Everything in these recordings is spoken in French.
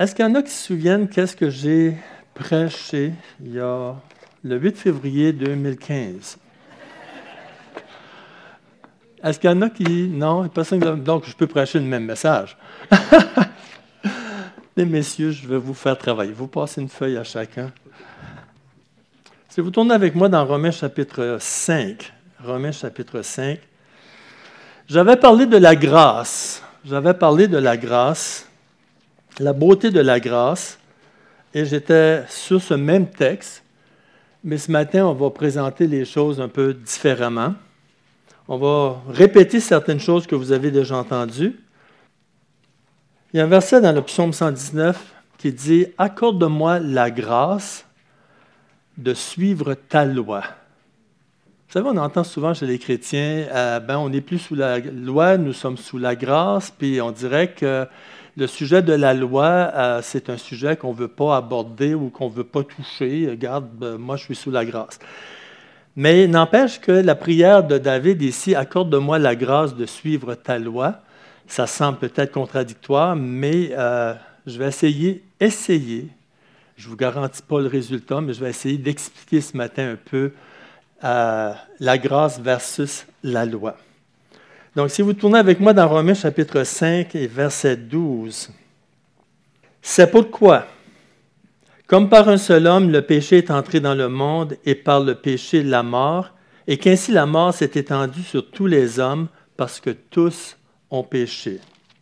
Est-ce qu'il y en a qui se souviennent qu'est-ce que j'ai prêché il y a le 8 février 2015? Est-ce qu'il y en a qui... Non, personne... Donc, je peux prêcher le même message. Les messieurs, je vais vous faire travailler. Vous passez une feuille à chacun. Si vous tournez avec moi dans Romains chapitre 5, Romains chapitre 5, j'avais parlé de la grâce. La beauté de la grâce, et j'étais sur ce même texte, mais ce matin, on va présenter les choses un peu différemment. On va répéter certaines choses que vous avez déjà entendues. Il y a un verset dans le psaume 119 qui dit « Accorde-moi la grâce de suivre ta loi ». Vous savez, on entend souvent chez les chrétiens, on n'est plus sous la loi, nous sommes sous la grâce, puis on dirait que le sujet de la loi, c'est un sujet qu'on ne veut pas aborder ou qu'on ne veut pas toucher. Regarde, moi je suis sous la grâce. Mais n'empêche que la prière de David ici, « Accorde-moi la grâce de suivre ta loi », ça semble peut-être contradictoire, mais je vais essayer, je ne vous garantis pas le résultat, mais je vais essayer d'expliquer ce matin un peu la grâce versus la loi. Donc, si vous tournez avec moi dans Romains chapitre 5 et verset 12, « C'est pourquoi, comme par un seul homme, le péché est entré dans le monde, et par le péché, la mort, et qu'ainsi la mort s'est étendue sur tous les hommes, parce que tous ont péché.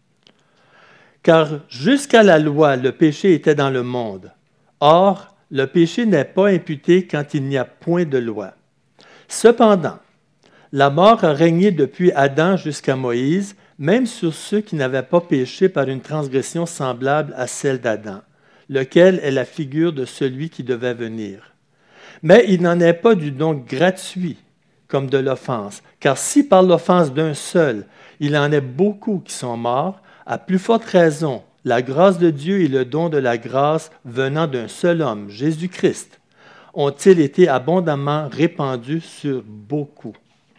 Car jusqu'à la loi, le péché était dans le monde. Or, le péché n'est pas imputé quand il n'y a point de loi. Cependant, la mort a régné depuis Adam jusqu'à Moïse, même sur ceux qui n'avaient pas péché par une transgression semblable à celle d'Adam, lequel est la figure de celui qui devait venir. Mais il n'en est pas du don gratuit comme de l'offense, car si par l'offense d'un seul, il en est beaucoup qui sont morts, à plus forte raison, la grâce de Dieu et le don de la grâce venant d'un seul homme, Jésus-Christ, ont-ils été abondamment répandus sur beaucoup.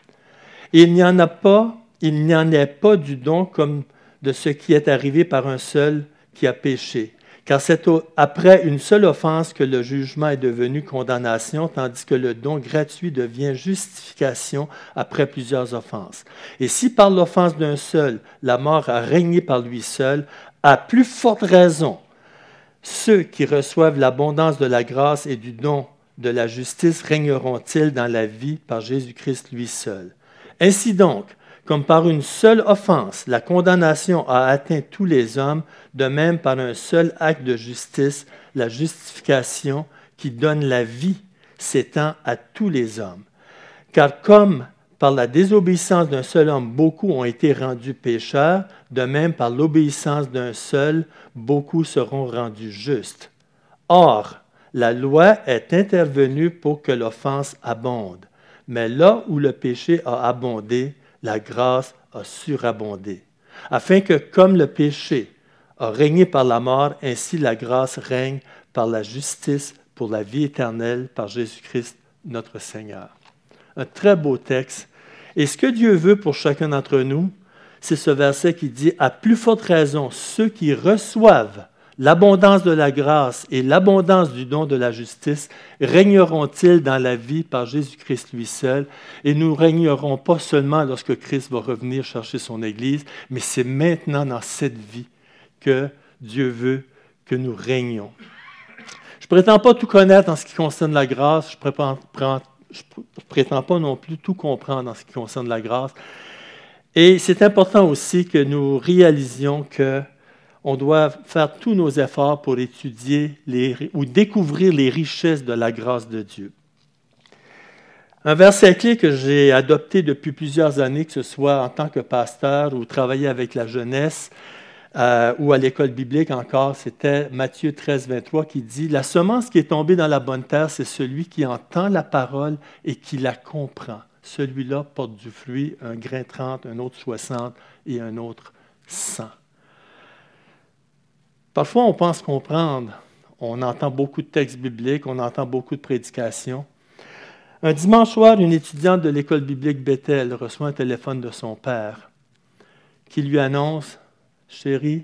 Il n'y en est pas du don comme de ce qui est arrivé par un seul qui a péché. Car c'est après une seule offense que le jugement est devenu condamnation, tandis que le don gratuit devient justification après plusieurs offenses. Et si par l'offense d'un seul, la mort a régné par lui seul, à plus forte raison, ceux qui reçoivent l'abondance de la grâce et du don de la justice régneront-ils dans la vie par Jésus-Christ lui seul. Ainsi donc, comme par une seule offense, la condamnation a atteint tous les hommes, de même par un seul acte de justice, la justification qui donne la vie s'étend à tous les hommes. Car comme par la désobéissance d'un seul homme, beaucoup ont été rendus pécheurs, de même par l'obéissance d'un seul, beaucoup seront rendus justes. Or, la loi est intervenue pour que l'offense abonde. Mais là où le péché a abondé, la grâce a surabondé, afin que, comme le péché a régné par la mort, ainsi la grâce règne par la justice pour la vie éternelle par Jésus-Christ notre Seigneur. Un très beau texte. Et ce que Dieu veut pour chacun d'entre nous, c'est ce verset qui dit « À plus forte raison, ceux qui reçoivent l'abondance de la grâce et l'abondance du don de la justice régneront-ils dans la vie par Jésus-Christ lui seul, et nous régnerons pas seulement lorsque Christ va revenir chercher son Église, mais c'est maintenant dans cette vie que Dieu veut que nous régnions. Je ne prétends pas tout connaître en ce qui concerne la grâce, je ne prétends pas non plus tout comprendre en ce qui concerne la grâce, et c'est important aussi que nous réalisions que on doit faire tous nos efforts pour étudier ou découvrir les richesses de la grâce de Dieu. Un verset clé que j'ai adopté depuis plusieurs années, que ce soit en tant que pasteur ou travailler avec la jeunesse ou à l'école biblique encore, c'était Matthieu 13, 23 qui dit « La semence qui est tombée dans la bonne terre, c'est celui qui entend la parole et qui la comprend. Celui-là porte du fruit, un grain 30, un autre 60 et un autre 100. » Parfois, on pense comprendre. On entend beaucoup de textes bibliques, on entend beaucoup de prédications. Un dimanche soir, une étudiante de l'école biblique Bethel reçoit un téléphone de son père qui lui annonce « Chérie,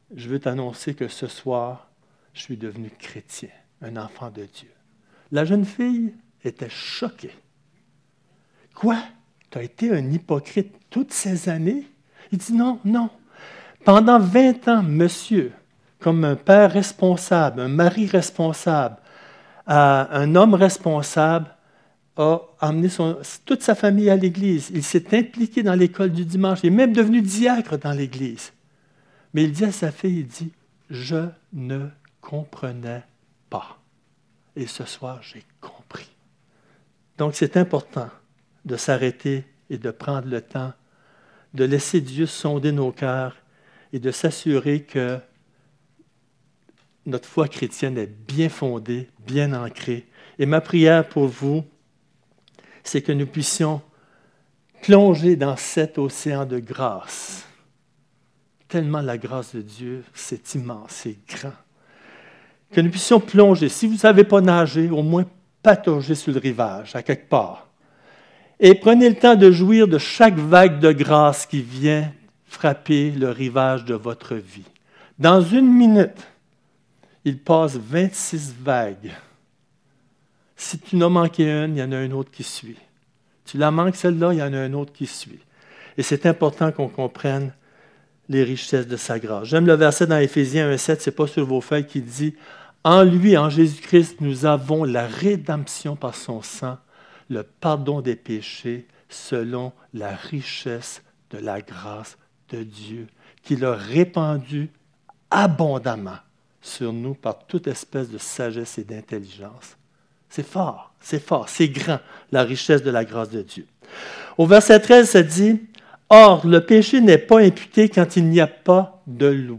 je veux t'annoncer que ce soir, je suis devenu chrétien, un enfant de Dieu. La jeune fille était choquée. Quoi? Tu as été un hypocrite toutes ces années? Il dit non, non. Pendant 20 ans, monsieur, comme un père responsable, un mari responsable, un homme responsable, a amené toute sa famille à l'Église. Il s'est impliqué dans l'école du dimanche. Il est même devenu diacre dans l'Église. Mais il dit à sa fille, il dit, « Je ne comprenais pas. Et ce soir, j'ai compris. » Donc, c'est important de s'arrêter et de prendre le temps, de laisser Dieu sonder nos cœurs et de s'assurer que notre foi chrétienne est bien fondée, bien ancrée. Et ma prière pour vous, c'est que nous puissions plonger dans cet océan de grâce. Tellement la grâce de Dieu, c'est immense, c'est grand. Que nous puissions plonger. Si vous ne savez pas nager, au moins patauger sur le rivage, à quelque part. Et prenez le temps de jouir de chaque vague de grâce qui vient frapper le rivage de votre vie. Dans 1 minute, il passe 26 vagues. Si tu n'as manqué une, il y en a un autre qui suit. Tu la manques celle-là, il y en a un autre qui suit. Et c'est important qu'on comprenne les richesses de sa grâce. J'aime le verset dans Éphésiens 1,7, ce n'est pas sur vos feuilles, qui dit « En lui, en Jésus-Christ, nous avons la rédemption par son sang, le pardon des péchés, selon la richesse de la grâce de Dieu, qu'il a répandue abondamment sur nous par toute espèce de sagesse et d'intelligence. » C'est fort, c'est grand, la richesse de la grâce de Dieu. Au verset 13, ça dit « Or, le péché n'est pas imputé quand il n'y a pas de loi. »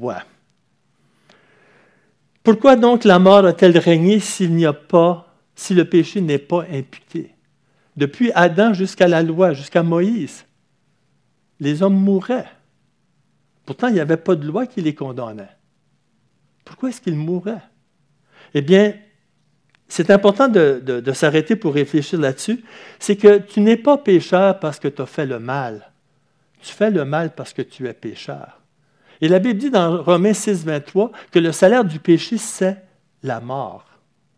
Pourquoi donc la mort a-t-elle régné si le péché n'est pas imputé? Depuis Adam jusqu'à la loi, jusqu'à Moïse, les hommes mouraient. Pourtant, il n'y avait pas de loi qui les condamnait. Pourquoi est-ce qu'ils mouraient? Eh bien, c'est important de s'arrêter pour réfléchir là-dessus. C'est que tu n'es pas pécheur parce que tu as fait le mal. Tu fais le mal parce que tu es pécheur. Et la Bible dit dans Romains 6, 23 que le salaire du péché, c'est la mort.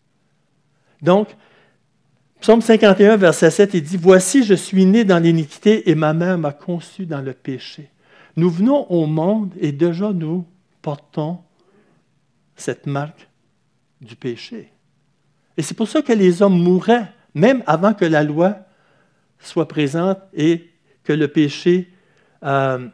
Donc, Psaume 51, verset 7, il dit « Voici, je suis né dans l'iniquité et ma mère m'a conçu dans le péché. » Nous venons au monde et déjà nous portons cette marque du péché. Et c'est pour ça que les hommes mouraient, même avant que la loi soit présente et que le péché, même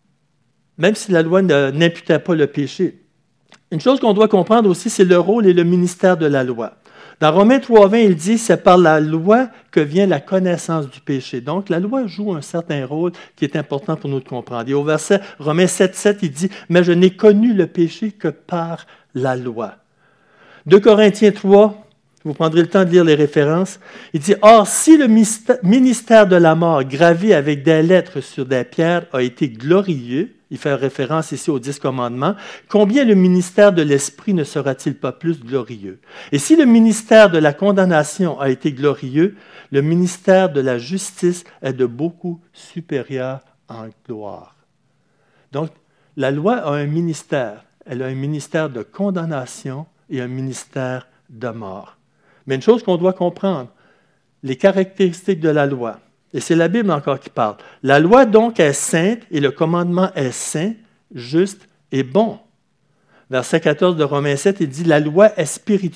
si la loi n'imputait pas le péché. Une chose qu'on doit comprendre aussi, c'est le rôle et le ministère de la loi. Dans Romains 3,20, il dit « C'est par la loi que vient la connaissance du péché. » Donc, la loi joue un certain rôle qui est important pour nous de comprendre. Et au verset Romains 7,7, il dit « Mais je n'ai connu le péché que par la loi. » 2 Corinthiens 3, vous prendrez le temps de lire les références. Il dit « Or, si le ministère de la mort, gravé avec des lettres sur des pierres, a été glorieux, il fait référence ici aux 10 commandements, combien le ministère de l'Esprit ne sera-t-il pas plus glorieux? Et si le ministère de la condamnation a été glorieux, le ministère de la justice est de beaucoup supérieur en gloire. » Donc, la loi a un ministère. Elle a un ministère de condamnation et un ministère de mort. Mais une chose qu'on doit comprendre, les caractéristiques de la loi. Et c'est la Bible encore qui parle. La loi donc est sainte et le commandement est saint, juste et bon. Verset 14 de Romains 7, il dit « La loi est spirituelle »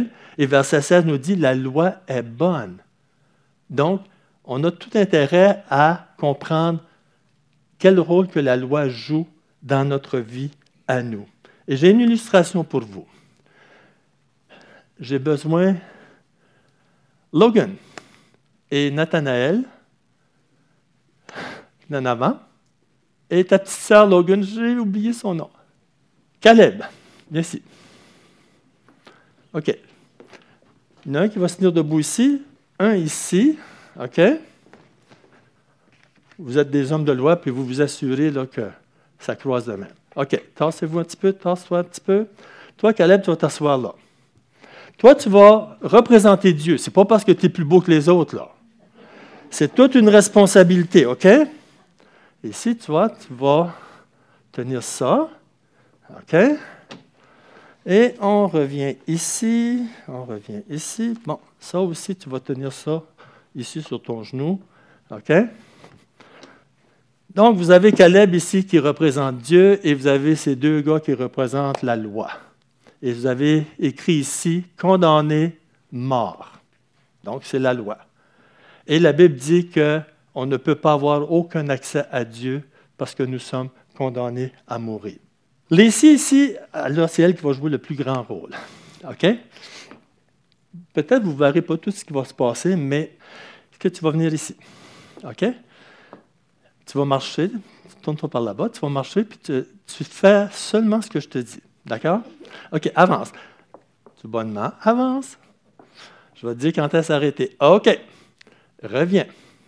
et verset 16 nous dit « La loi est bonne ». Donc, on a tout intérêt à comprendre quel rôle que la loi joue dans notre vie à nous. Et j'ai une illustration pour vous. J'ai besoin... Logan et Nathanaël, en avant, et ta petite sœur Logan, j'ai oublié son nom. Caleb, viens ici. OK. Il y en a un qui va se tenir debout ici, un ici, OK? Vous êtes des hommes de loi, puis vous vous assurez là, que ça croise de même. OK, tassez-vous un petit peu, tasse-toi un petit peu. Toi, Caleb, tu vas t'asseoir là. Toi, tu vas représenter Dieu. Ce n'est pas parce que tu es plus beau que les autres, là. C'est toute une responsabilité, OK? Ici, tu vas tenir ça, OK? Et on revient ici. On revient ici. Bon, ça aussi, tu vas tenir ça ici sur ton genou. OK? Donc, vous avez Caleb ici qui représente Dieu et vous avez ces deux gars qui représentent la loi. Et vous avez écrit ici « condamné, mort ». Donc, c'est la loi. Et la Bible dit qu'on ne peut pas avoir aucun accès à Dieu parce que nous sommes condamnés à mourir. Lacey, ici, là, c'est elle qui va jouer le plus grand rôle. OK? Peut-être vous ne verrez pas tout ce qui va se passer, mais que tu vas venir ici. OK? Tu vas marcher, tourne-toi par là-bas, tu vas marcher, puis tu fais seulement ce que je te dis. D'accord? OK, avance. Tout bonnement, avance. Je vais te dire quand est-ce s'arrêter. OK. Reviens.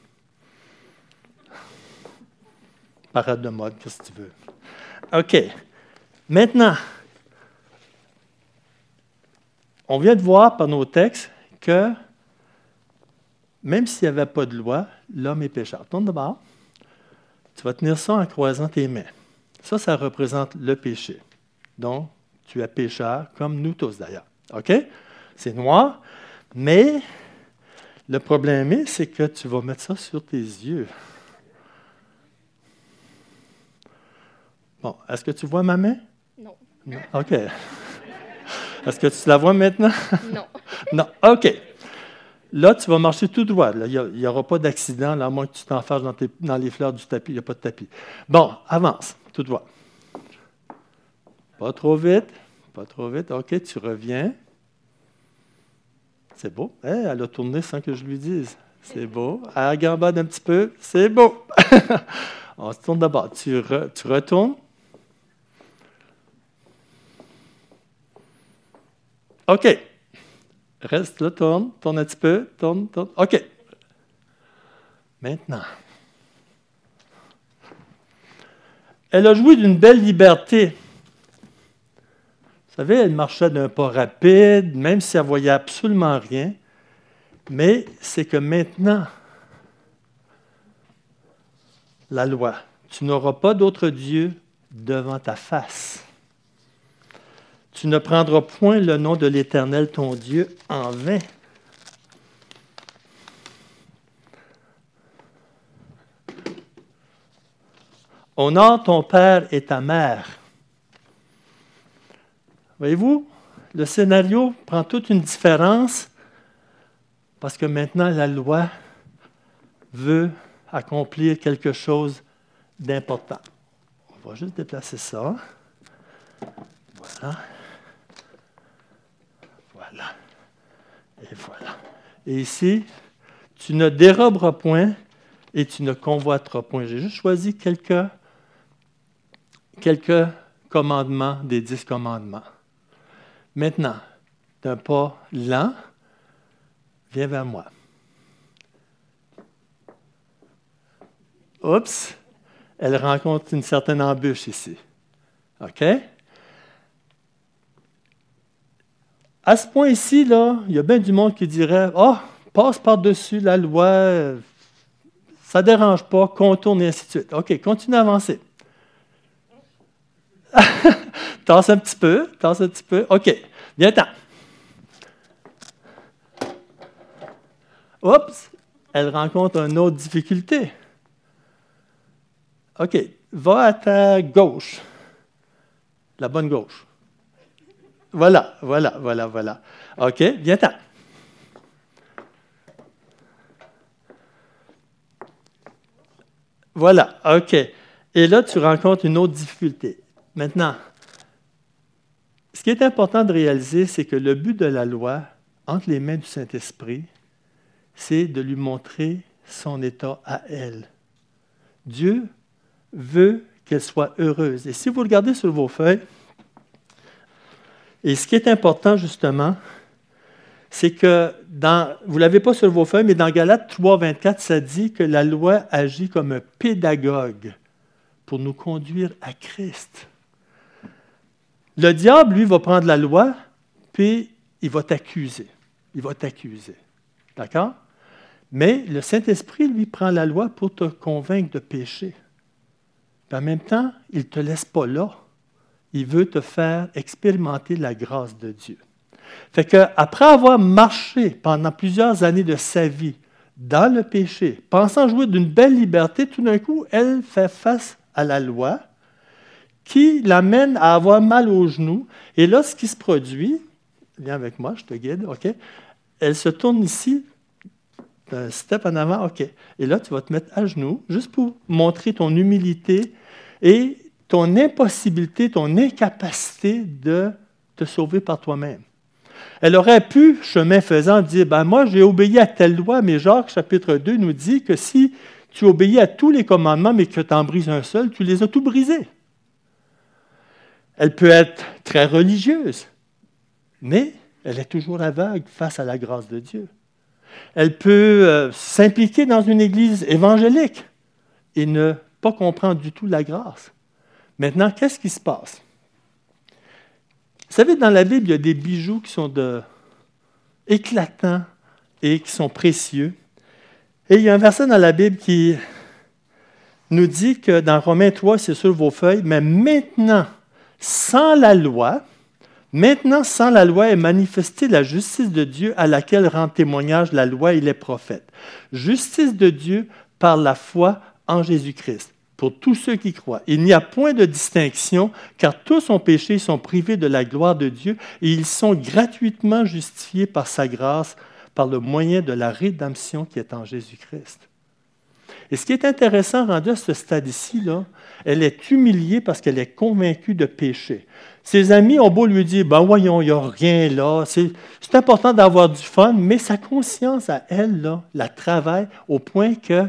Parade de mode, qu'est-ce que tu veux. OK. Maintenant, on vient de voir par nos textes que même s'il n'y avait pas de loi, l'homme est pécheur. Tourne de bord. Tu vas tenir ça en croisant tes mains. Ça représente le péché. Donc, tu es pécheur, comme nous tous d'ailleurs. OK? C'est noir, mais le problème c'est que tu vas mettre ça sur tes yeux. Bon, est-ce que tu vois ma main? Non. Non. OK. Est-ce que tu la vois maintenant? Non. Non. OK. Là, tu vas marcher tout droit. Là. Il n'y aura pas d'accident, là, à moins que tu t'enfarges dans les fleurs du tapis. Il n'y a pas de tapis. Bon, avance, tout droit. Pas trop vite. Pas trop vite. OK, tu reviens. C'est beau. Hey, elle a tourné sans que je lui dise. C'est beau. Elle gambade un petit peu. C'est beau. On se tourne d'abord. Tu retournes. OK. Reste là, tourne un petit peu, tourne. OK. Maintenant. Elle a joué d'une belle liberté. Vous savez, elle marchait d'un pas rapide, même si elle ne voyait absolument rien. Mais c'est que maintenant, la loi, tu n'auras pas d'autre Dieu devant ta face. Tu ne prendras point le nom de l'Éternel, ton Dieu, en vain. Honore ton père et ta mère. Voyez-vous, le scénario prend toute une différence parce que maintenant la loi veut accomplir quelque chose d'important. On va juste déplacer ça. Voilà. Voilà. Et voilà. Et ici, tu ne déroberas point et tu ne convoiteras point. J'ai juste choisi quelques commandements des 10 commandements. Maintenant, d'un pas lent, viens vers moi. Oups, elle rencontre une certaine embûche ici. OK? À ce point ici, là, il y a bien du monde qui dirait « Ah, passe par-dessus la loi, ça ne dérange pas, contourne et ainsi de suite. » OK, continue à avancer. Tasse un petit peu. OK, viens-t'en. Oups, elle rencontre une autre difficulté. OK, va à ta gauche. La bonne gauche. Voilà. OK, viens-t'en. Voilà, OK. Et là, tu rencontres une autre difficulté. Maintenant, ce qui est important de réaliser, c'est que le but de la loi, entre les mains du Saint-Esprit, c'est de lui montrer son état à elle. Dieu veut qu'elle soit heureuse. Et si vous regardez sur vos feuilles, et ce qui est important justement, c'est que, vous ne l'avez pas sur vos feuilles, mais dans Galates 3, 24, ça dit que la loi agit comme un pédagogue pour nous conduire à Christ. Le diable, lui, va prendre la loi, puis il va t'accuser. D'accord? Mais le Saint-Esprit, lui, prend la loi pour te convaincre de pécher. Puis en même temps, il ne te laisse pas là. Il veut te faire expérimenter la grâce de Dieu. Fait qu'après avoir marché pendant plusieurs années de sa vie dans le péché, pensant jouir d'une belle liberté, tout d'un coup, elle fait face à la loi qui l'amène à avoir mal aux genoux. Et là, ce qui se produit, viens avec moi, je te guide, OK? Elle se tourne ici, un step en avant, OK. Et là, tu vas te mettre à genoux, juste pour montrer ton humilité et ton impossibilité, ton incapacité de te sauver par toi-même. Elle aurait pu, chemin faisant, dire, moi, j'ai obéi à telle loi, mais Jacques, chapitre 2, nous dit que si tu obéis à tous les commandements, mais que tu en brises un seul, tu les as tout brisés. Elle peut être très religieuse, mais elle est toujours aveugle face à la grâce de Dieu. Elle peut s'impliquer dans une église évangélique et ne pas comprendre du tout la grâce. Maintenant, qu'est-ce qui se passe? Vous savez, dans la Bible, il y a des bijoux qui sont éclatants et qui sont précieux. Et il y a un verset dans la Bible qui nous dit que dans Romains 3, c'est sur vos feuilles, mais maintenant, sans la loi est manifestée la justice de Dieu à laquelle rend témoignage la loi et les prophètes. Justice de Dieu par la foi en Jésus-Christ, pour tous ceux qui croient. Il n'y a point de distinction, car tous ont péché et sont privés de la gloire de Dieu, et ils sont gratuitement justifiés par sa grâce, par le moyen de la rédemption qui est en Jésus-Christ. Et ce qui est intéressant, rendu à ce stade-ci, là, elle est humiliée parce qu'elle est convaincue de péché. Ses amis ont beau lui dire, voyons, il n'y a rien là, c'est important d'avoir du fun, mais sa conscience à elle, là, la travaille au point qu'elle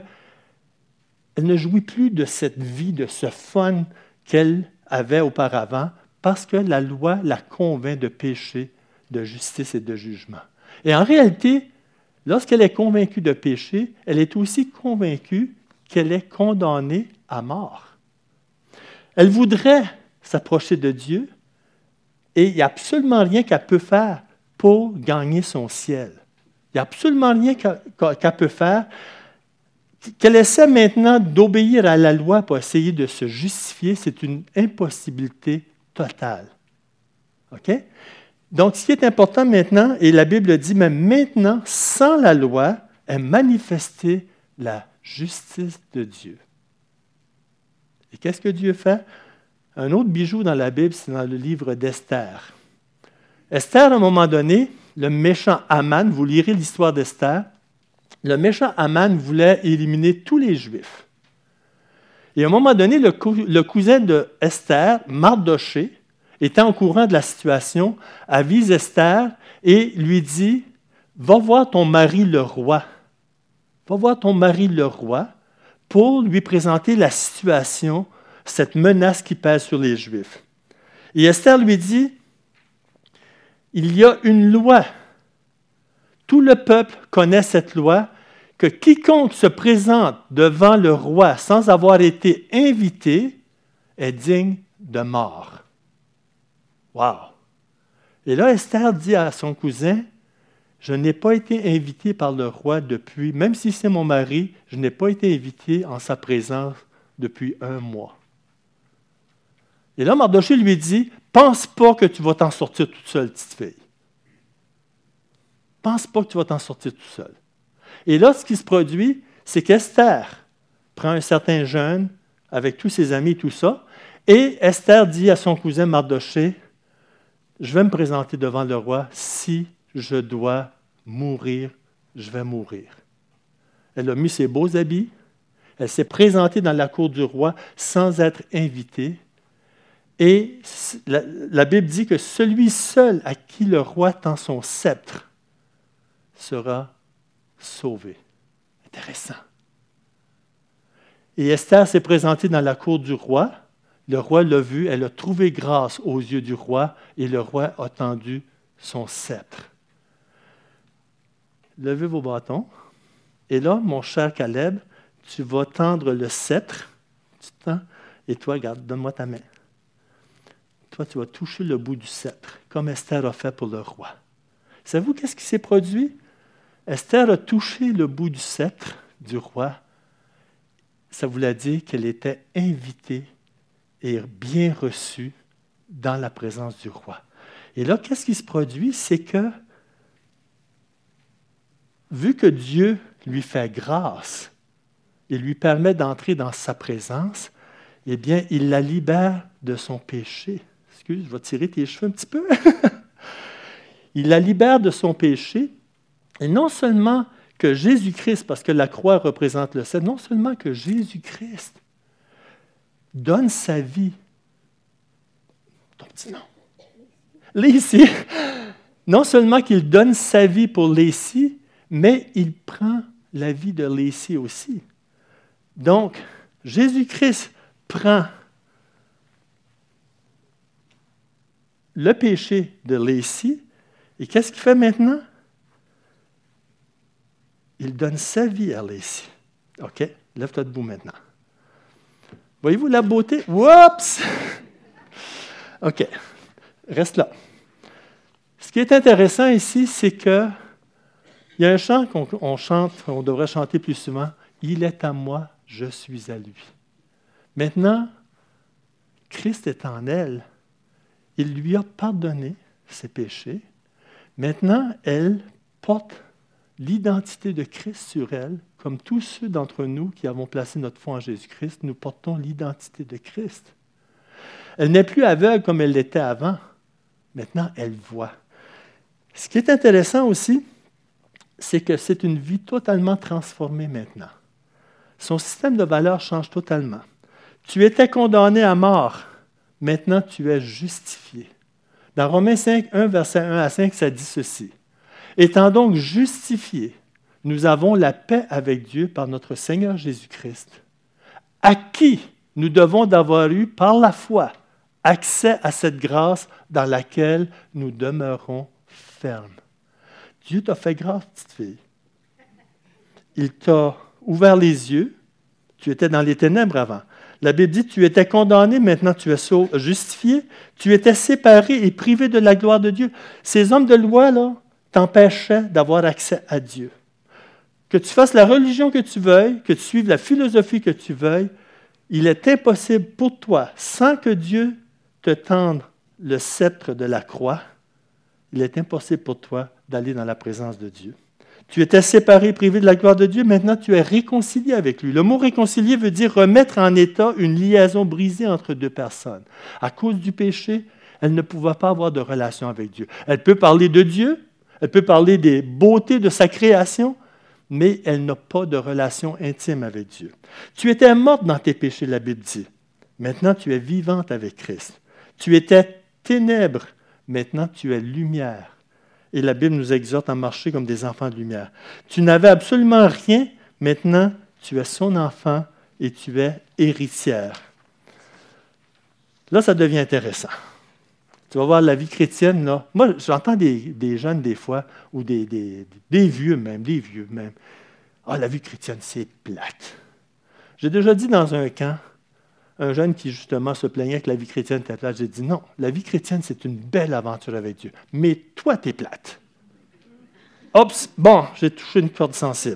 ne jouit plus de cette vie, de ce fun qu'elle avait auparavant, parce que la loi la convainc de péché, de justice et de jugement. Et en réalité, lorsqu'elle est convaincue de péché, elle est aussi convaincue qu'elle est condamnée à mort. Elle voudrait s'approcher de Dieu et il n'y a absolument rien qu'elle peut faire pour gagner son ciel. Il n'y a absolument rien qu'elle peut faire. Qu'elle essaie maintenant d'obéir à la loi pour essayer de se justifier, c'est une impossibilité totale. OK? Donc, ce qui est important maintenant, et la Bible dit, mais maintenant, sans la loi, est manifestée la justice de Dieu. Et qu'est-ce que Dieu fait? Un autre bijou dans la Bible, c'est dans le livre d'Esther. Esther, à un moment donné, le méchant Haman, vous lirez l'histoire d'Esther, le méchant Haman voulait éliminer tous les Juifs. Et à un moment donné, le cousin de Esther, Mardoché, étant au courant de la situation, avise Esther et lui dit, « Va voir ton mari le roi. Va voir ton mari le roi pour lui présenter la situation, cette menace qui pèse sur les Juifs. » Et Esther lui dit, « Il y a une loi. Tout le peuple connaît cette loi, que quiconque se présente devant le roi sans avoir été invité est digne de mort. » Wow! Et là, Esther dit à son cousin, « Je n'ai pas été invité par le roi depuis, même si c'est mon mari, je n'ai pas été invité en sa présence depuis 1 mois. » Et là, Mardoché lui dit, « Pense pas que tu vas t'en sortir toute seule, petite fille. Pense pas que tu vas t'en sortir toute seule. » Et là, ce qui se produit, c'est qu'Esther prend un certain jeûne avec tous ses amis et tout ça, et Esther dit à son cousin Mardoché, « Je vais me présenter devant le roi. Si je dois mourir, je vais mourir. » Elle a mis ses beaux habits. Elle s'est présentée dans la cour du roi sans être invitée. Et la Bible dit que celui seul à qui le roi tend son sceptre sera sauvé. Intéressant. Et Esther s'est présentée dans la cour du roi. Le roi l'a vue, elle a trouvé grâce aux yeux du roi et le roi a tendu son sceptre. Levez vos bâtons. Et là, mon cher Caleb, tu vas tendre le sceptre. Tu tends, et toi, regarde, donne-moi ta main. Toi, tu vas toucher le bout du sceptre, comme Esther a fait pour le roi. Savez-vous qu'est-ce qui s'est produit? Esther a touché le bout du sceptre du roi. Ça voulait dire qu'elle était invitée et bien reçue dans la présence du roi. Et là, qu'est-ce qui se produit? C'est que, vu que Dieu lui fait grâce et lui permet d'entrer dans sa présence, eh bien, il la libère de son péché. Excuse, je vais tirer tes cheveux un petit peu. Il la libère de son péché. Et non seulement que Jésus-Christ, parce que la croix représente le ciel, non seulement que Jésus-Christ donne sa vie. Ton petit nom. Lacey. Non seulement qu'il donne sa vie pour Lacey, mais il prend la vie de Lacey aussi. Donc, Jésus-Christ prend le péché de Lacey, et qu'est-ce qu'il fait maintenant? Il donne sa vie à Lacey. OK? Lève-toi debout maintenant. Voyez-vous la beauté? Oups! OK. Reste là. Ce qui est intéressant ici, c'est que il y a un chant qu'on chante, on devrait chanter plus souvent. Il est à moi, je suis à lui. Maintenant, Christ est en elle. Il lui a pardonné ses péchés. Maintenant, elle porte l'identité de Christ sur elle, comme tous ceux d'entre nous qui avons placé notre foi en Jésus-Christ, nous portons l'identité de Christ. Elle n'est plus aveugle comme elle l'était avant. Maintenant, elle voit. Ce qui est intéressant aussi, c'est que c'est une vie totalement transformée maintenant. Son système de valeurs change totalement. Tu étais condamné à mort. Maintenant, tu es justifié. Dans Romains 5, 1, verset 1 à 5, ça dit ceci. Étant donc justifiés, nous avons la paix avec Dieu par notre Seigneur Jésus-Christ, à qui nous devons d'avoir eu par la foi accès à cette grâce dans laquelle nous demeurons fermes. Dieu t'a fait grâce, petite fille. Il t'a ouvert les yeux. Tu étais dans les ténèbres avant. La Bible dit, tu étais condamné, maintenant tu es justifié. Tu étais séparé et privé de la gloire de Dieu. Ces hommes de loi, là, t'empêchaient d'avoir accès à Dieu. Que tu fasses la religion que tu veuilles, que tu suives la philosophie que tu veuilles, il est impossible pour toi, sans que Dieu te tende le sceptre de la croix, il est impossible pour toi d'aller dans la présence de Dieu. Tu étais séparé, privé de la gloire de Dieu, maintenant tu es réconcilié avec lui. Le mot réconcilier veut dire remettre en état une liaison brisée entre deux personnes. À cause du péché, elle ne pouvait pas avoir de relation avec Dieu. Elle peut parler de Dieu, elle peut parler des beautés de sa création, mais elle n'a pas de relation intime avec Dieu. Tu étais morte dans tes péchés, la Bible dit. Maintenant, tu es vivante avec Christ. Tu étais ténèbres, maintenant tu es lumière. Et la Bible nous exhorte à marcher comme des enfants de lumière. Tu n'avais absolument rien, maintenant tu es son enfant et tu es héritière. Là, ça devient intéressant. Tu vas voir la vie chrétienne, là. Moi, j'entends des jeunes des fois, ou des vieux même. Ah, la vie chrétienne, c'est plate. J'ai déjà dit dans un camp, un jeune qui justement se plaignait que la vie chrétienne était plate, j'ai dit non, la vie chrétienne, c'est une belle aventure avec Dieu. Mais toi, t'es plate. Oups, bon, j'ai touché une corde sensible.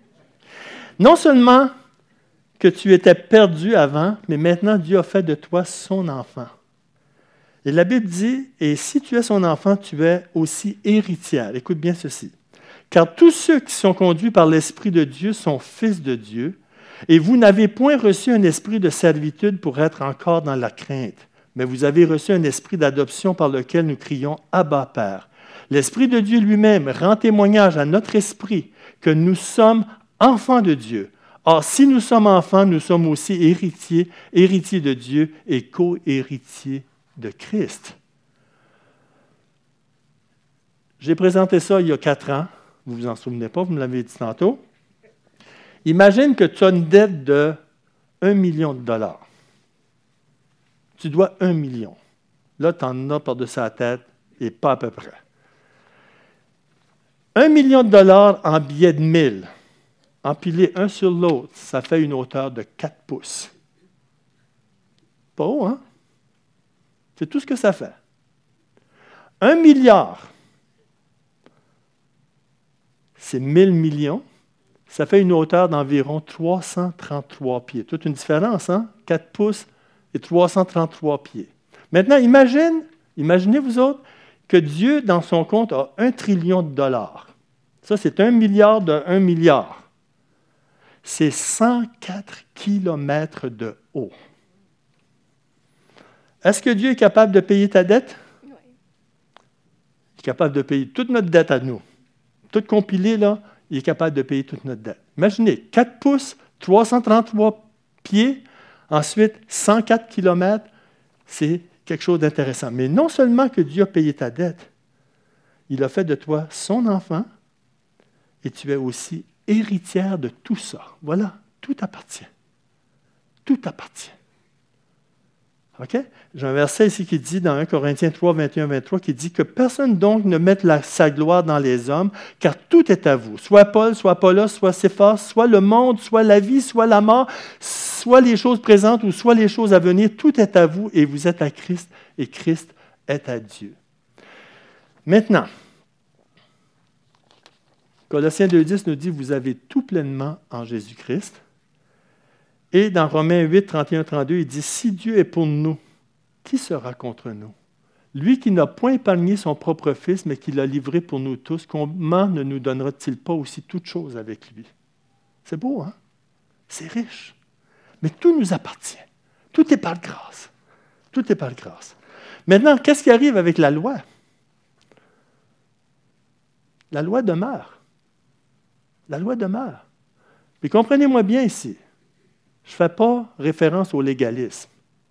Non seulement que tu étais perdu avant, mais maintenant Dieu a fait de toi son enfant. Et la Bible dit, et si tu es son enfant, tu es aussi héritière. Écoute bien ceci. Car tous ceux qui sont conduits par l'Esprit de Dieu sont fils de Dieu, et vous n'avez point reçu un esprit de servitude pour être encore dans la crainte, mais vous avez reçu un esprit d'adoption par lequel nous crions « Abba, Père ». L'Esprit de Dieu lui-même rend témoignage à notre esprit que nous sommes enfants de Dieu. Or, si nous sommes enfants, nous sommes aussi héritiers, héritiers de Dieu et co-héritiers de Christ. J'ai présenté ça il y a 4 ans. Vous ne vous en souvenez pas, vous me l'avez dit tantôt. Imagine que tu as une dette de 1 million de dollars. Tu dois 1 million. Là, tu en as par-dessus la tête et pas à peu près. 1 million de dollars en billets de 1000, empilés un sur l'autre, ça fait une hauteur de 4 pouces. Pas haut, hein? C'est tout ce que ça fait. 1 milliard, c'est 1000 millions. Ça fait une hauteur d'environ 333 pieds. Toute une différence, hein? 4 pouces et 333 pieds. Maintenant, imaginez vous autres, que Dieu, dans son compte, a 1 trillion de dollars. Ça, c'est 1 milliard de 1 milliard. C'est 104 kilomètres de haut. Est-ce que Dieu est capable de payer ta dette? Oui. Il est capable de payer toute notre dette à nous. Tout compilé, là, il est capable de payer toute notre dette. Imaginez, 4 pouces, 333 pieds, ensuite 104 kilomètres, c'est quelque chose d'intéressant. Mais non seulement que Dieu a payé ta dette, il a fait de toi son enfant et tu es aussi héritière de tout ça. Voilà, tout appartient. Tout appartient. OK? J'ai un verset ici qui dit, dans 1 Corinthiens 3, 21-23, qui dit que personne donc ne mette sa gloire dans les hommes, car tout est à vous. Soit Paul, soit Apollos, soit Céphas, soit le monde, soit la vie, soit la mort, soit les choses présentes ou soit les choses à venir, tout est à vous et vous êtes à Christ et Christ est à Dieu. Maintenant, Colossiens 2,10 nous dit, vous avez tout pleinement en Jésus-Christ. Et dans Romains 8, 31-32, il dit, si Dieu est pour nous, qui sera contre nous? Lui qui n'a point épargné son propre Fils, mais qui l'a livré pour nous tous, comment ne nous donnera-t-il pas aussi toutes choses avec lui? C'est beau, hein? C'est riche. Mais tout nous appartient. Tout est par grâce. Tout est par grâce. Maintenant, qu'est-ce qui arrive avec la loi? La loi demeure. La loi demeure. Puis comprenez-moi bien ici. Je ne fais pas référence au légalisme.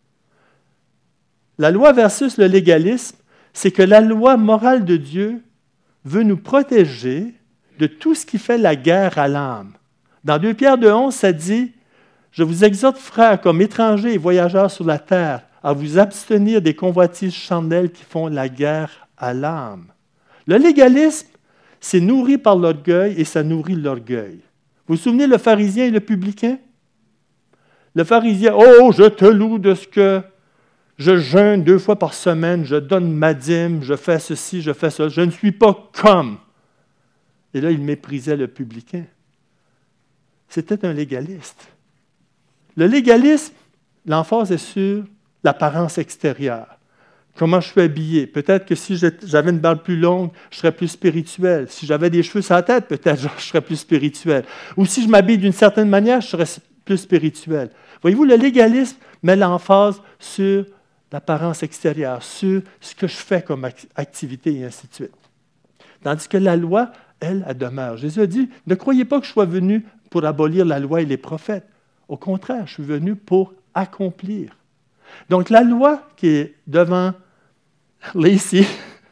La loi versus le légalisme, c'est que la loi morale de Dieu veut nous protéger de tout ce qui fait la guerre à l'âme. Dans 2 Pierre 2,11, ça dit « Je vous exhorte, frères, comme étrangers et voyageurs sur la terre, à vous abstenir des convoitises charnelles qui font la guerre à l'âme. » Le légalisme, c'est nourri par l'orgueil et ça nourrit l'orgueil. Vous vous souvenez le pharisien et le publicain? Le pharisien, « Oh, je te loue de ce que je jeûne 2 fois par semaine, je donne ma dîme, je fais ceci, je fais ça, je ne suis pas comme. » Et là, il méprisait le publicain. C'était un légaliste. Le légalisme, l'emphase est sur l'apparence extérieure. Comment je suis habillé. Peut-être que si j'avais une barbe plus longue, je serais plus spirituel. Si j'avais des cheveux sur la tête, peut-être je serais plus spirituel. Ou si je m'habille d'une certaine manière, je serais plus spirituel. Voyez-vous, le légalisme met l'emphase sur l'apparence extérieure, sur ce que je fais comme activité et ainsi de suite. Tandis que la loi, elle demeure. Jésus a dit, ne croyez pas que je sois venu pour abolir la loi et les prophètes. Au contraire, je suis venu pour accomplir. Donc la loi qui est devant, là ici,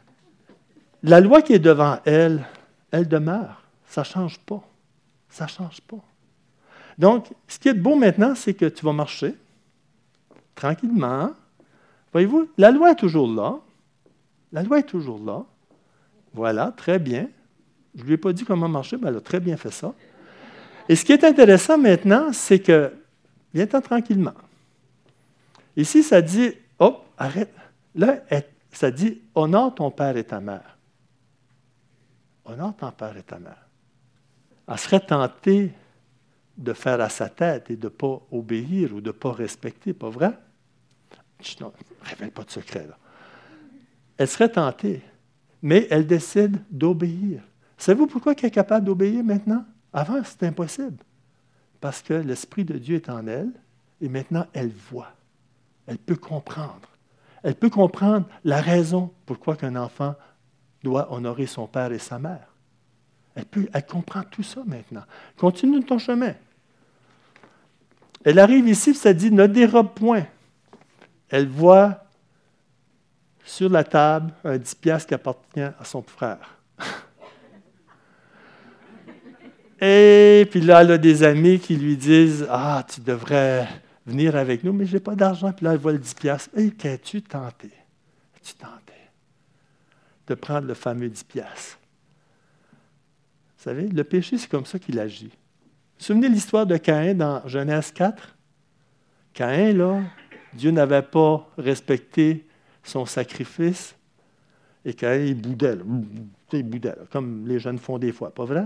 la loi qui est devant elle demeure. Ça ne change pas. Ça ne change pas. Donc, ce qui est beau maintenant, c'est que tu vas marcher tranquillement. Voyez-vous, la loi est toujours là. La loi est toujours là. Voilà, très bien. Je ne lui ai pas dit comment marcher, mais elle a très bien fait ça. Et ce qui est intéressant maintenant, c'est que, viens-t'en tranquillement. Ici, ça dit, hop, arrête. Là, ça dit, honore ton père et ta mère. Honore ton père et ta mère. Elle serait tentée de faire à sa tête et de ne pas obéir ou de ne pas respecter, pas vrai? Non, ne révèle pas de secret, là. Elle serait tentée, mais elle décide d'obéir. Savez-vous pourquoi elle est capable d'obéir maintenant? Avant, c'était impossible. Parce que l'Esprit de Dieu est en elle et maintenant, elle voit. Elle peut comprendre. Elle peut comprendre la raison pourquoi un enfant doit honorer son père et sa mère. Elle comprend tout ça maintenant. Continue ton chemin. Elle arrive ici, ça dit, ne dérobe point. Elle voit sur la table un 10 piastres qui appartient à son frère. Et puis là, elle a des amis qui lui disent, « Ah, tu devrais venir avec nous, mais je n'ai pas d'argent. » Puis là, elle voit le 10 piastres. « Et qu'as-tu tenté? As-tu tenté de prendre le fameux 10 piastres? » Vous savez, le péché, c'est comme ça qu'il agit. Vous vous souvenez de l'histoire de Caïn dans Genèse 4? Caïn, là, Dieu n'avait pas respecté son sacrifice et Caïn, il boudait. Là. Il boudait, là, comme les jeunes font des fois, pas vrai?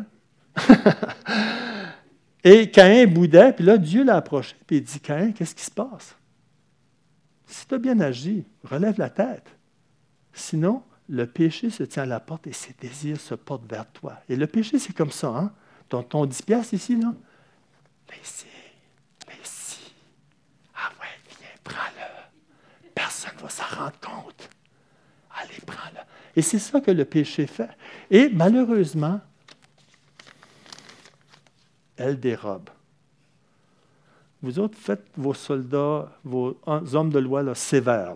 Et Caïn boudait, puis là, Dieu l'a approché, puis il dit, « Caïn, qu'est-ce qui se passe? Si tu as bien agi, relève la tête. Sinon, le péché se tient à la porte et ses désirs se portent vers toi. Et le péché, c'est comme ça. Hein? Ton 10 piastres ici, là, viens ici, viens ici. Ah ouais, viens, prends-le. Personne ne va s'en rendre compte. Allez, prends-le. Et c'est ça que le péché fait. Et malheureusement, elle dérobe. Vous autres, faites vos soldats, vos hommes de loi là, sévères.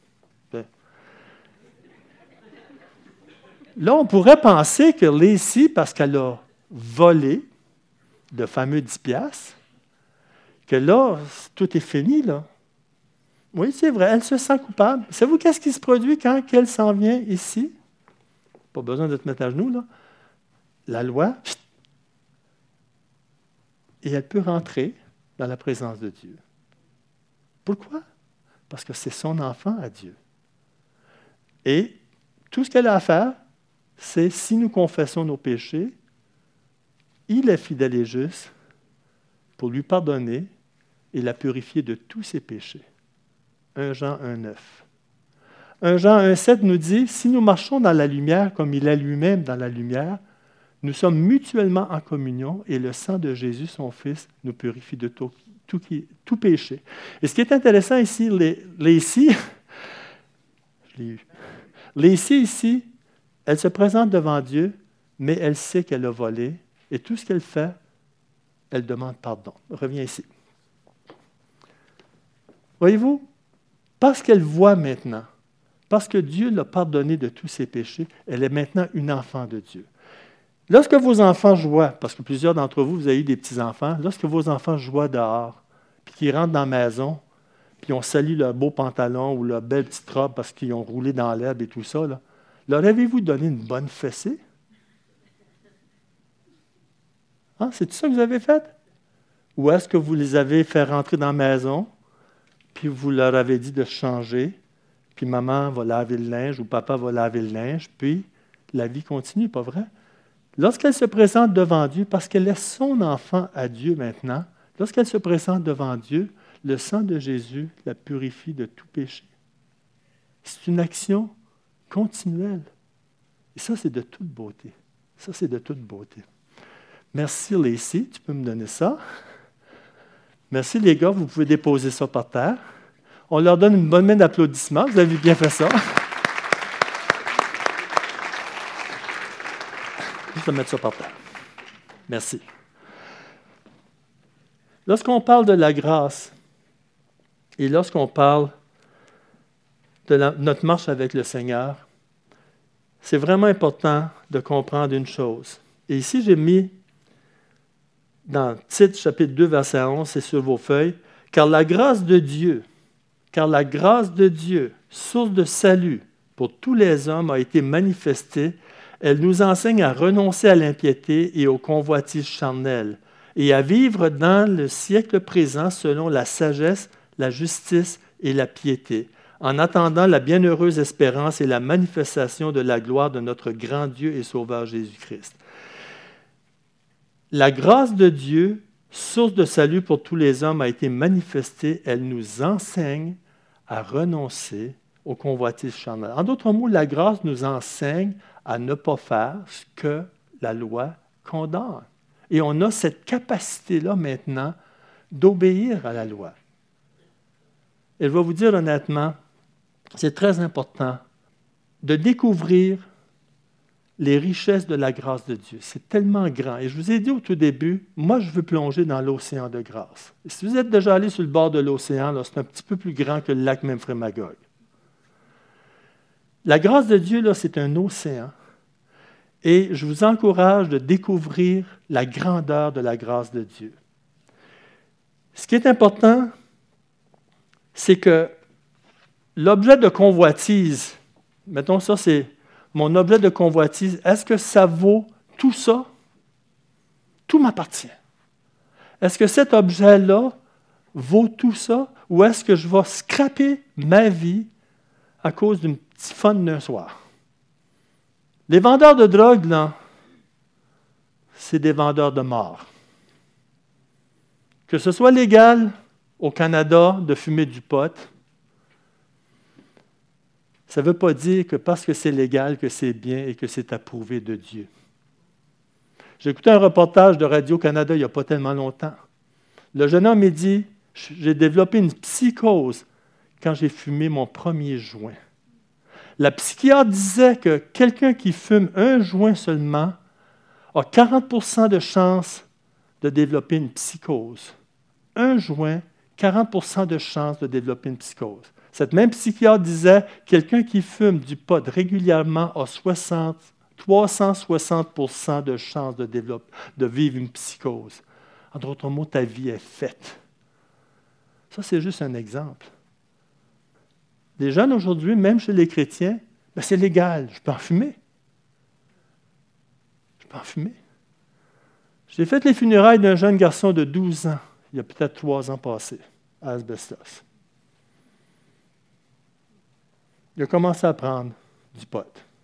Là, on pourrait penser que Lacey, parce qu'elle a volé le fameux 10 piastres, que là, tout est fini, là. Oui, c'est vrai, elle se sent coupable. Savez-vous qu'est-ce qui se produit quand elle s'en vient ici? Pas besoin de te mettre à genoux, là. La loi, et elle peut rentrer dans la présence de Dieu. Pourquoi? Parce que c'est son enfant à Dieu. Et tout ce qu'elle a à faire, c'est si nous confessons nos péchés, il est fidèle et juste pour lui pardonner et la purifier de tous ses péchés. 1 Jean 1,9. 1 Jean 1,7 nous dit, si nous marchons dans la lumière comme il est lui-même dans la lumière, nous sommes mutuellement en communion et le sang de Jésus, son Fils, nous purifie de tout péché. Et ce qui est intéressant ici, Lacey, je l'ai eu. Lacey ici, elle se présente devant Dieu, mais elle sait qu'elle a volé et tout ce qu'elle fait, elle demande pardon. Reviens ici. Voyez-vous, parce qu'elle voit maintenant, parce que Dieu l'a pardonné de tous ses péchés, elle est maintenant une enfant de Dieu. Lorsque vos enfants jouent, parce que plusieurs d'entre vous, vous avez eu des petits-enfants, lorsque vos enfants jouent dehors, puis qu'ils rentrent dans la maison, puis on salue leur beau pantalon ou leur belle petite robe parce qu'ils ont roulé dans l'herbe et tout ça, là, leur avez-vous donné une bonne fessée? Hein? C'est tout ça que vous avez fait? Ou est-ce que vous les avez fait rentrer dans la maison, puis vous leur avez dit de changer, puis maman va laver le linge ou papa va laver le linge, puis la vie continue, pas vrai? Lorsqu'elle se présente devant Dieu, parce qu'elle est son enfant à Dieu maintenant, lorsqu'elle se présente devant Dieu, le sang de Jésus la purifie de tout péché. C'est une action continuelle. Et ça, c'est de toute beauté. Ça, c'est de toute beauté. Merci, Lacey. Tu peux me donner ça. Merci, les gars. Vous pouvez déposer ça par terre. On leur donne une bonne main d'applaudissements. Vous avez bien fait ça. Juste mettre ça par terre. Merci. Lorsqu'on parle de la grâce et lorsqu'on parle de notre marche avec le Seigneur, c'est vraiment important de comprendre une chose. Et ici, j'ai mis dans Tite, chapitre 2, verset 11, c'est sur vos feuilles, « Car la grâce de Dieu, source de salut pour tous les hommes, a été manifestée. Elle nous enseigne à renoncer à l'impiété et aux convoitises charnelles et à vivre dans le siècle présent selon la sagesse, la justice et la piété, en attendant la bienheureuse espérance et la manifestation de la gloire de notre grand Dieu et Sauveur Jésus-Christ. » La grâce de Dieu, source de salut pour tous les hommes, a été manifestée. Elle nous enseigne à renoncer aux convoitises charnelles. En d'autres mots, la grâce nous enseigne à ne pas faire ce que la loi condamne. Et on a cette capacité-là maintenant d'obéir à la loi. Et je vais vous dire honnêtement, c'est très important de découvrir les richesses de la grâce de Dieu. C'est tellement grand. Et je vous ai dit au tout début, moi, je veux plonger dans l'océan de grâce. Et si vous êtes déjà allé sur le bord de l'océan, là, c'est un petit peu plus grand que le lac Memphremagog. La grâce de Dieu, là, c'est un océan. Et je vous encourage de découvrir la grandeur de la grâce de Dieu. Ce qui est important, c'est que l'objet de convoitise, mettons ça, c'est mon objet de convoitise, est-ce que ça vaut tout ça? Tout m'appartient. Est-ce que cet objet-là vaut tout ça? Ou est-ce que je vais scraper ma vie à cause d'une petite fun d'un soir? Les vendeurs de drogue, là, c'est des vendeurs de mort. Que ce soit légal au Canada de fumer du pot, Ça ne veut pas dire que parce que c'est légal, que c'est bien et que c'est approuvé de Dieu. J'ai écouté un reportage de Radio-Canada il n'y a pas tellement longtemps. Le jeune homme m'a dit, j'ai développé une psychose quand j'ai fumé mon premier joint. La psychiatre disait que quelqu'un qui fume un joint seulement a 40 % de chances de développer une psychose. Un joint, 40 % de chances de développer une psychose. Cette même psychiatre disait que quelqu'un qui fume du pot régulièrement a 360 % de chances de vivre une psychose. En d'autres mots, ta vie est faite. Ça, c'est juste un exemple. Les jeunes aujourd'hui, même chez les chrétiens, ben c'est légal, je peux en fumer. Je peux en fumer. J'ai fait les funérailles d'un jeune garçon de 12 ans, il y a peut-être 3 ans passés, à Asbestos. Il a commencé à prendre du pot.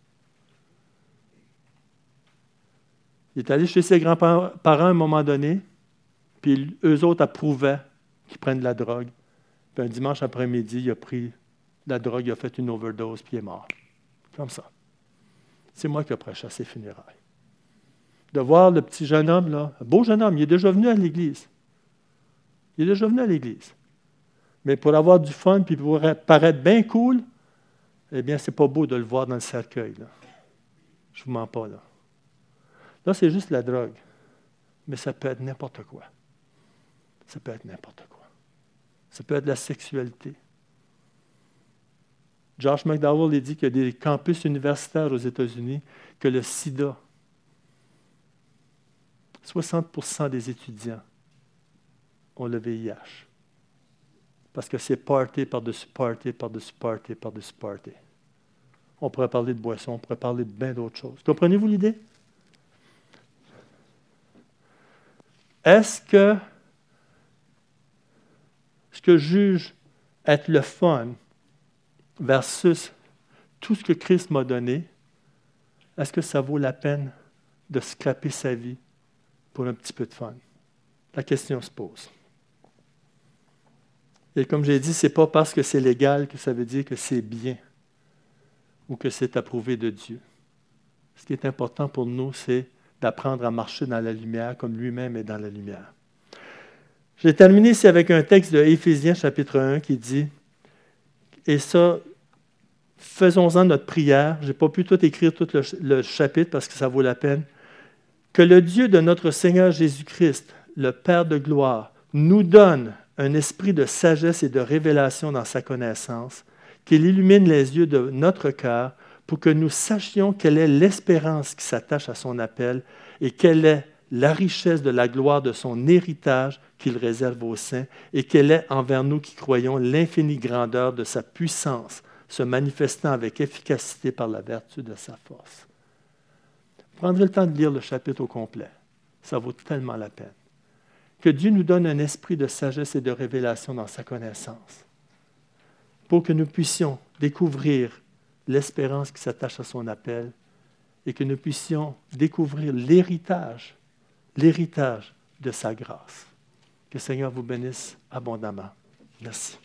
Il est allé chez ses grands-parents à un moment donné, puis eux autres approuvaient qu'ils prennent de la drogue. Puis un dimanche après-midi, il a pris de la drogue, il a fait une overdose, puis il est mort. Comme ça. C'est moi qui ai prêché à ses funérailles. De voir le petit jeune homme, là, un beau jeune homme, il est déjà venu à l'église. Il est déjà venu à l'église. Mais pour avoir du fun, puis pour paraître bien cool, eh bien, c'est pas beau de le voir dans le cercueil. Là. Je ne vous mens pas, là. Là, c'est juste la drogue. Mais ça peut être n'importe quoi. Ça peut être n'importe quoi. Ça peut être la sexualité. Josh McDowell a dit qu'il y a des campus universitaires aux États-Unis que le sida, 60% des étudiants ont le VIH. Parce que c'est party par-dessus party, par-dessus party, par-dessus party. On pourrait parler de boissons, on pourrait parler de bien d'autres choses. Comprenez-vous l'idée? Est-ce que ce que je juge être le fun versus tout ce que Christ m'a donné, est-ce que ça vaut la peine de scraper sa vie pour un petit peu de fun? La question se pose. Et comme j'ai dit, ce n'est pas parce que c'est légal que ça veut dire que c'est bien ou que c'est approuvé de Dieu. Ce qui est important pour nous, c'est d'apprendre à marcher dans la lumière comme lui-même est dans la lumière. J'ai terminé ici avec un texte de Éphésiens chapitre 1 qui dit, et ça, faisons-en notre prière. Je n'ai pas pu tout écrire tout le chapitre parce que ça vaut la peine. Que le Dieu de notre Seigneur Jésus-Christ, le Père de gloire, nous donne un esprit de sagesse et de révélation dans sa connaissance, qu'il illumine les yeux de notre cœur pour que nous sachions quelle est l'espérance qui s'attache à son appel et quelle est la richesse de la gloire de son héritage qu'il réserve aux saints et quelle est envers nous qui croyons l'infinie grandeur de sa puissance, se manifestant avec efficacité par la vertu de sa force. Vous prendrez le temps de lire le chapitre au complet. Ça vaut tellement la peine. Que Dieu nous donne un esprit de sagesse et de révélation dans sa connaissance, pour que nous puissions découvrir l'espérance qui s'attache à son appel et que nous puissions découvrir l'héritage de sa grâce. Que le Seigneur vous bénisse abondamment. Merci.